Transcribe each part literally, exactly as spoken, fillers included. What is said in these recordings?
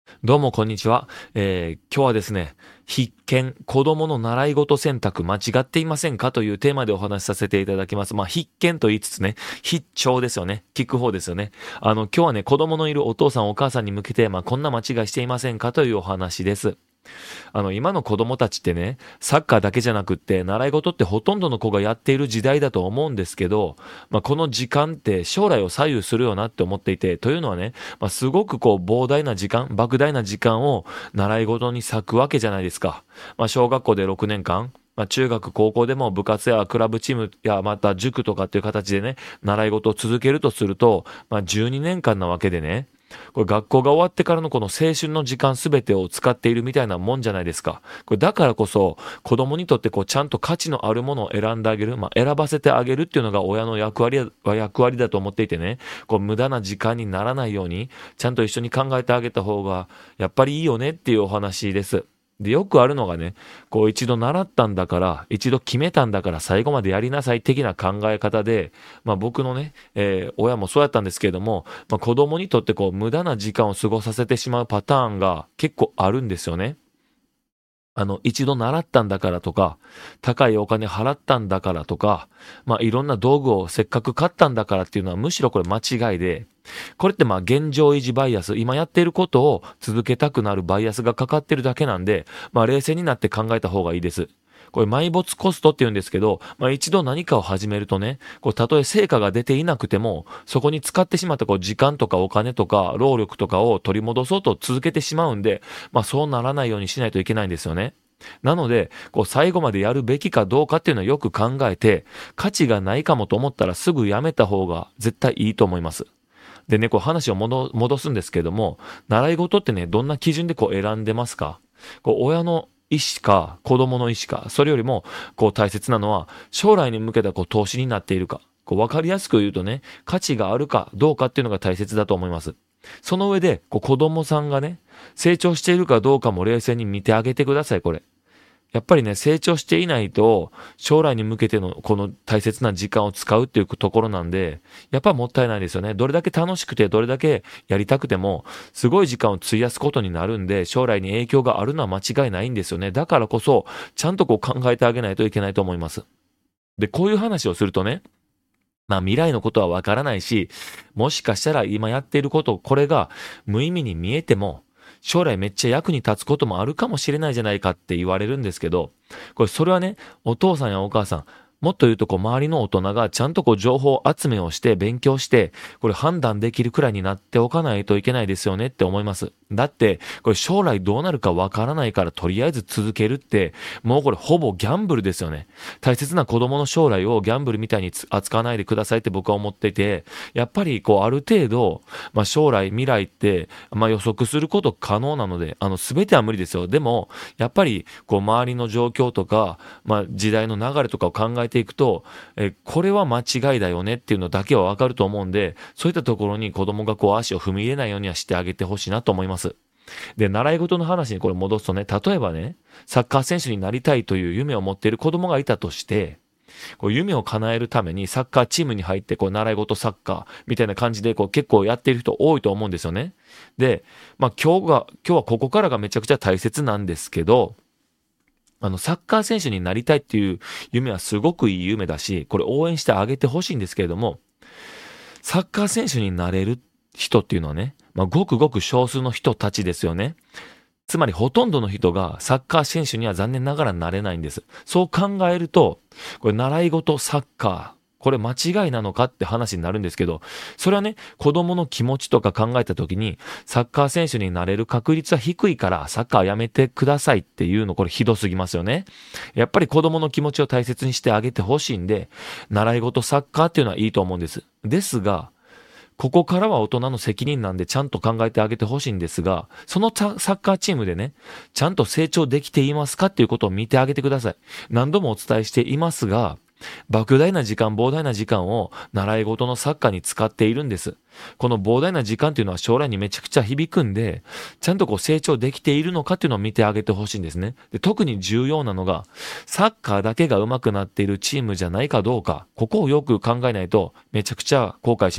どうもこんにちは。えー今日はですね、必見、子供の習い事選択間違っていませんかというテーマでお話しさせていただきます。まあ、必見と言いつつね、必聴ですよね。聞く方ですよね。あの、今日はね、子供のいるお父さんお母さんに向けて、まあ、こんな間違いしていませんかというお話です。あの、今の子供たちってね、サッカーだけじゃなくって、習い事ってほとんどの子がやっている時代だと思うんですけど、まあ、この時間って将来を左右するよなって思っていて、というのはね、まあ、すごくこう、膨大な時間、莫大な時間を習い事に割くわけじゃないですか。まあ、小学校でろくねんかん、まあ、中学、高校でも部活やクラブチームやまた塾とかっていう形でね、習い事を続けるとすると、まあ、じゅうにねんかんなわけでね、これ学校が終わってからのこの青春の時間すべてを使っているみたいなもんじゃないですか。これだからこそ子供にとってこうちゃんと価値のあるものを選んであげる、まあ、選ばせてあげるっていうのが親の役割や役割だと思っていてね、こう無駄な時間にならないようにちゃんと一緒に考えてあげた方がやっぱりいいよねっていうお話です。で、よくあるのがね、こう一度習ったんだから、一度決めたんだから最後までやりなさい的な考え方で、まあ僕のね、えー親もそうやったんですけれども、まあ子供にとってこう無駄な時間を過ごさせてしまうパターンが結構あるんですよね。あの、一度習ったんだからとか、高いお金払ったんだからとか、まあいろんな道具をせっかく買ったんだからっていうのはむしろこれ間違いで、これってまあ現状維持バイアス、今やっていることを続けたくなるバイアスがかかってるだけなんで、まあ冷静になって考えた方がいいです。これ埋没コストって言うんですけど、まあ一度何かを始めるとね、こうたとえ成果が出ていなくても、そこに使ってしまったこう時間とかお金とか労力とかを取り戻そうと続けてしまうんで、まあそうならないようにしないといけないんですよね。なので、こう最後までやるべきかどうかっていうのはよく考えて、価値がないかもと思ったらすぐやめた方が絶対いいと思います。でね、こう話を戻戻すんですけども、習い事ってね、どんな基準でこう選んでますか？こう親の意思か、子供の意思か、それよりも、こう大切なのは、将来に向けたこう投資になっているか、こう分かりやすく言うとね、価値があるかどうかっていうのが大切だと思います。その上で、こう子供さんがね、成長しているかどうかも冷静に見てあげてください、これ。やっぱりね、成長していないと、将来に向けてのこの大切な時間を使うっていうところなんで、やっぱもったいないですよね。どれだけ楽しくて、どれだけやりたくても、すごい時間を費やすことになるんで、将来に影響があるのは間違いないんですよね。だからこそ、ちゃんとこう考えてあげないといけないと思います。で、こういう話をするとね、まあ未来のことはわからないし、もしかしたら今やっていること、これが無意味に見えても、将来めっちゃ役に立つこともあるかもしれないじゃないかって言われるんですけど、これそれはね、お父さんやお母さん、もっと言うとこう周りの大人がちゃんとこう情報集めをして勉強して、これ判断できるくらいになっておかないといけないですよねって思います。だって、これ将来どうなるかわからないからとりあえず続けるって、もうこれほぼギャンブルですよね。大切な子供の将来をギャンブルみたいに扱わないでくださいって僕は思っていて、やっぱりこうある程度、まあ将来、未来って、まあ予測すること可能なので、あの全ては無理ですよ。でも、やっぱりこう周りの状況とか、まあ時代の流れとかを考えていくと、え、これは間違いだよねっていうのだけはわかると思うんで、そういったところに子供がこう足を踏み入れないようにはしてあげてほしいなと思います。で、習い事の話にこれ戻すとね、例えばね、サッカー選手になりたいという夢を持っている子供がいたとして、こう夢を叶えるためにサッカーチームに入ってこう習い事サッカーみたいな感じでこう結構やっている人多いと思うんですよね。で、まあ今日が、今日はここからがめちゃくちゃ大切なんですけど、あのサッカー選手になりたいっていう夢はすごくいい夢だし、これ応援してあげてほしいんですけれども、サッカー選手になれる人っていうのはね、まあごくごく少数の人たちですよね。つまりほとんどの人がサッカー選手には残念ながらなれないんです。そう考えると、これ習い事サッカー、これ間違いなのかって話になるんですけど、それはね、子供の気持ちとか考えた時に、サッカー選手になれる確率は低いからサッカーやめてくださいっていうの、これひどすぎますよね。やっぱり子供の気持ちを大切にしてあげてほしいんで、習い事サッカーっていうのはいいと思うんです。ですが、ここからは大人の責任なんでちゃんと考えてあげてほしいんですが、そのサッカーチームでね、ちゃんと成長できていますかっていうことを見てあげてください。何度もお伝えしていますが、莫大な時間、膨大な時間を習い事のサッカーに使っているんです。この膨大な時間っていうのは将来にめちゃくちゃ響くんで、ちゃんとこう成長できているのかっていうのを見てあげてほしいんですね。で、特に重要なのが、サッカーだけが上手くなっているチームじゃないかどうか、ここをよく考えないとめちゃくちゃ後悔します。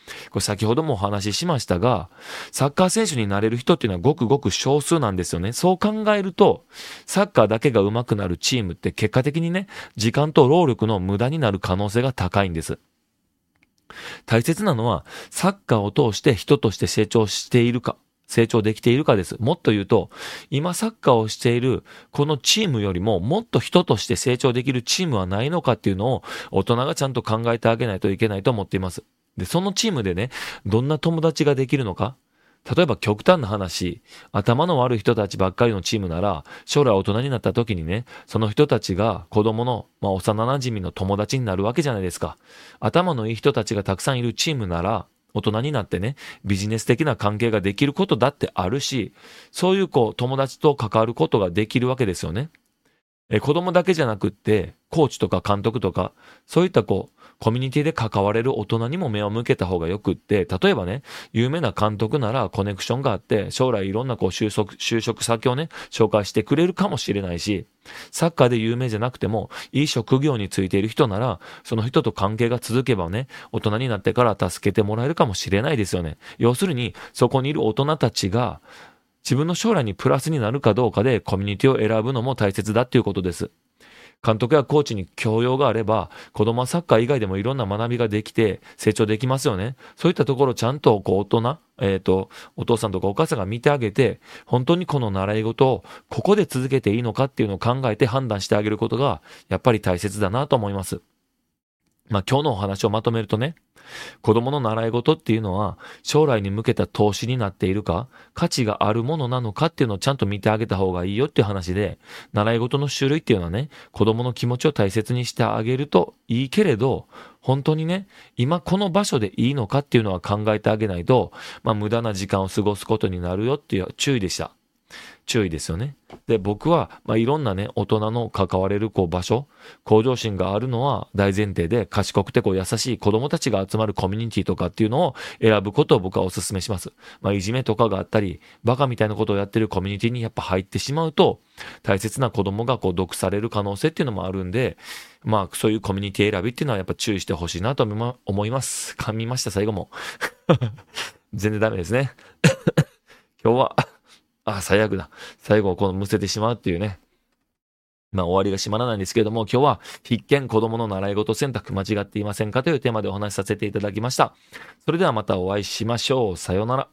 これ先ほどもお話ししましたが、サッカー選手になれる人っていうのはごくごく少数なんですよね。そう考えると、サッカーだけが上手くなるチームって結果的にね、時間と労力の無駄になる可能性が高いんです。大切なのは、サッカーを通して人として成長しているか、成長できているかです。もっと言うと、今サッカーをしているこのチームよりももっと人として成長できるチームはないのかっていうのを大人がちゃんと考えてあげないといけないと思っています。で、そのチームでね、どんな友達ができるのか。例えば極端な話、頭の悪い人たちばっかりのチームなら、将来大人になった時にね、その人たちが子供の、まあ、幼馴染の友達になるわけじゃないですか。頭のいい人たちがたくさんいるチームなら、大人になってね、ビジネス的な関係ができることだってあるし、そういうこう、友達と関わることができるわけですよね。え、子供だけじゃなくって、コーチとか監督とか、そういったこう、コミュニティで関われる大人にも目を向けた方がよくって、例えばね、有名な監督ならコネクションがあって、将来いろんなこう就職、就職先をね、紹介してくれるかもしれないし、サッカーで有名じゃなくても、いい職業についている人なら、その人と関係が続けばね、大人になってから助けてもらえるかもしれないですよね。要するに、そこにいる大人たちが、自分の将来にプラスになるかどうかでコミュニティを選ぶのも大切だっていうことです。監督やコーチに教養があれば、子供はサッカー以外でもいろんな学びができて成長できますよね。そういったところをちゃんとこう大人、えっと、お父さんとかお母さんが見てあげて、本当にこの習い事をここで続けていいのかっていうのを考えて判断してあげることが、やっぱり大切だなと思います。まあ今日のお話をまとめるとね、子供の習い事っていうのは将来に向けた投資になっているか、価値があるものなのかっていうのをちゃんと見てあげた方がいいよっていう話で、習い事の種類っていうのはね、子供の気持ちを大切にしてあげるといいけれど、本当にね、今この場所でいいのかっていうのは考えてあげないと、まあ無駄な時間を過ごすことになるよっていう注意でした。注意ですよね。で、僕は、まあ、いろんなね、大人の関われるこう場所、向上心があるのは大前提で、賢くてこう優しい子供たちが集まるコミュニティとかっていうのを選ぶことを僕はお勧めします。まあ、いじめとかがあったり、バカみたいなことをやってるコミュニティにやっぱ入ってしまうと、大切な子供がこう毒される可能性っていうのもあるんで、まあ、そういうコミュニティ選びっていうのはやっぱ注意してほしいなと思います。噛みました、最後も。全然ダメですね。今日は、あ、最悪だ。最後このむせてしまうっていうね。まあ終わりが閉まらないんですけれども、今日は必見子供の習い事選択間違っていませんかというテーマでお話しさせていただきました。それではまたお会いしましょう。さようなら。